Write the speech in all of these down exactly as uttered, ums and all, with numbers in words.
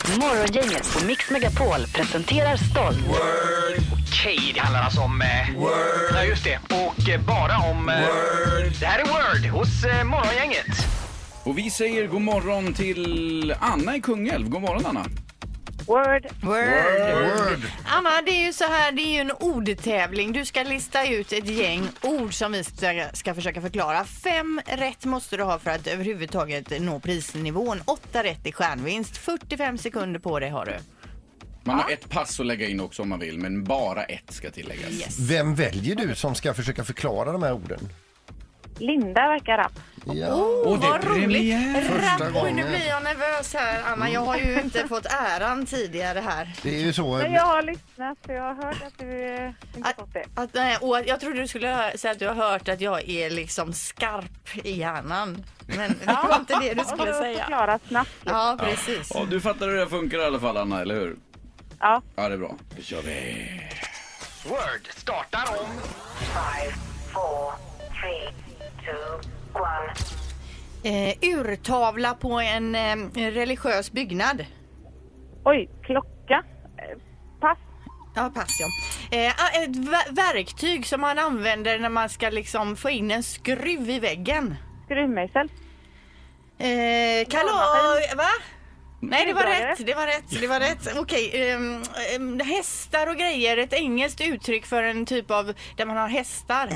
Morgongänget på Mix Megapol presenterar stolt. Word. Okej, det handlar alltså om... Eh, Word. Ja, just det. Och eh, bara om... Eh, Word. Det här är Word hos eh, Morgongänget. Och vi säger god morgon till Anna i Kungälv. God morgon, Anna. Word. Word. Word. Anna, det är ju så här, det är ju en ordtävling. Du ska lista ut ett gäng ord som vi ska, ska försöka förklara. Fem rätt måste du ha för att överhuvudtaget nå prisnivån. Åtta rätt i stjärnvinst. fyrtiofem sekunder på det har du. Man har ett pass att lägga in också om man vill, men bara ett ska tilläggas. Yes. Vem väljer du som ska försöka förklara de här orden? Linda verkar rapp. Ja. Oh, Och det är vad roligt. premiär. Första Rapp. Oj, nu gången. blir jag nervös här, Anna. Jag har ju inte fått äran tidigare här. Det är ju så. Men jag har lyssnat så jag har hört att du eh, inte Att, fått det. att, nej, och jag trodde du skulle säga att du har hört att jag är liksom skarp i hjärnan. Men det var inte det du skulle och så säga. förklara snabbt. Ja, precis. Ja, du fattar hur det funkar i alla fall, Anna, eller hur? Ja. Ja, det är bra. Då kör vi. Word startar om... Five, four, three, two, one. Eh, urtavla på en eh, religiös byggnad. Oj, klocka. Eh, Pass. Ja, pass ja. Eh, ett ver- verktyg som man använder när man ska liksom få in en skruv i väggen. Skruvmejsel. Eh, kalo... Va? Nej, det var Skruvdragare. rätt. Det var rätt. Det var rätt. Okej, ehm, ehm, hästar och grejer. Ett engelskt uttryck för en typ av där man har hästar.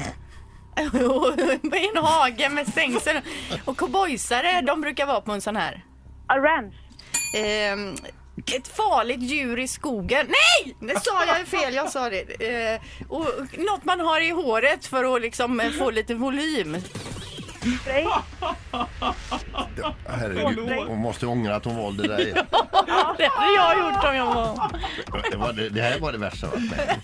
I en hage med stängsel. Och cowboysare, de brukar vara på en sån här. A ranch. Ehm, ett farligt djur i skogen. Nej! Det sa jag fel, jag sa det. Eh, och något man har i håret för att liksom eh, få lite volym. Spray. Herregud, hon måste ångra att hon valde dig. Det hade jag gjort om jag var... Det, var det, det här var det värsta jag varit med.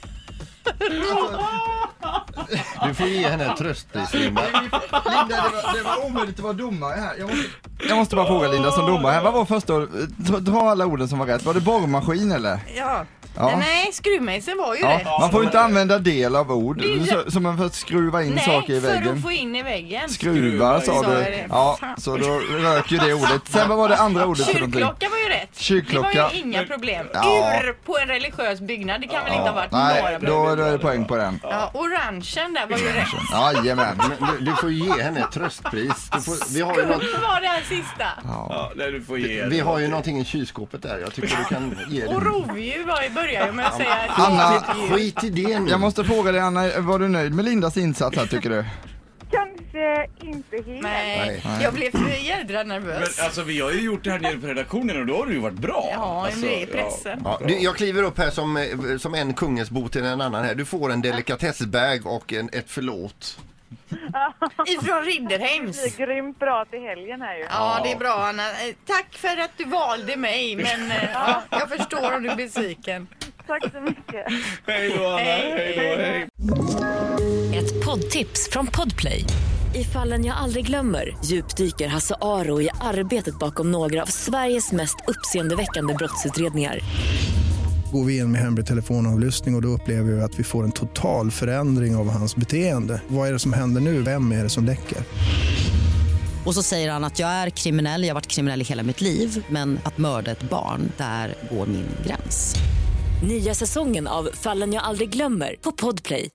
Du får ge henne ett tröstpris, Linda. Linda, det var, det var omöjligt att vara domare här. Jag måste, jag måste bara fråga Linda som domare här. Vad var första ord? Ta, ta alla orden som var rätt. Var det borrmaskin eller? Ja. Ja. Nej, skruvmejseln var ju Ja, rätt. man får inte använda del av ord Det är- så, som man får skruva in Nej, saker i för väggen. att få in i väggen. Skruva sa Sa du. jag det? Ja, Fan. så då rök ju det ordet. Sen vad var det andra ordet för någonting? Kyrkklocka var ju rätt. Kyrkklocka. Det var ju inga problem. Ja. Ur på en religiös byggnad, det kan väl inte ha varit Nej, några då, problem. då är det poäng på den. Ja, orangeen där var ju rätt. Jajamän. Men du, du får ge henne ett tröstpris. Du får, vi, har ju något, Vad var det här sista? Ja, nej, du får ge. vi har ju någonting i kylskåpet där. Jag tycker du kan ge Och det. rovdjur var i början med att säga att Anna, Skit i det nu. jag måste fråga dig Anna, var du nöjd med Lindas insats här tycker du? Kanske inte helt. Nej, Nej. jag blev för jädra nervös. Men alltså, vi har ju gjort det här nere på redaktionen och då har det ju varit bra. Ja, alltså, det är pressen. Ja, du, jag kliver upp här som, eh, som en kungesbo till en annan här. Du får en delikatessbag och en, ett förlåt. Ifrån Det Ridderheims. blir grymt bra till helgen här ju. Ja, det är bra Anna. Eh, Tack för att du valde mig, men eh, ja, jag förstår om du är besviken. Tack så mycket. Hej då, Anna. Hej då, hej. Ett poddtips från Podplay. I Fallen jag aldrig glömmer djupdyker Hasse Aro i arbetet bakom några av Sveriges mest uppseendeväckande brottsutredningar. Går vi in med hemlig telefonavlyssning och, och då upplever vi att vi får en total förändring av hans beteende. Vad är det som händer nu? Vem är det som läcker? Och så säger han att jag är kriminell, jag har varit kriminell i hela mitt liv. Men att mörda ett barn, där går min gräns. Nya säsongen av Fallen jag aldrig glömmer på Podplay.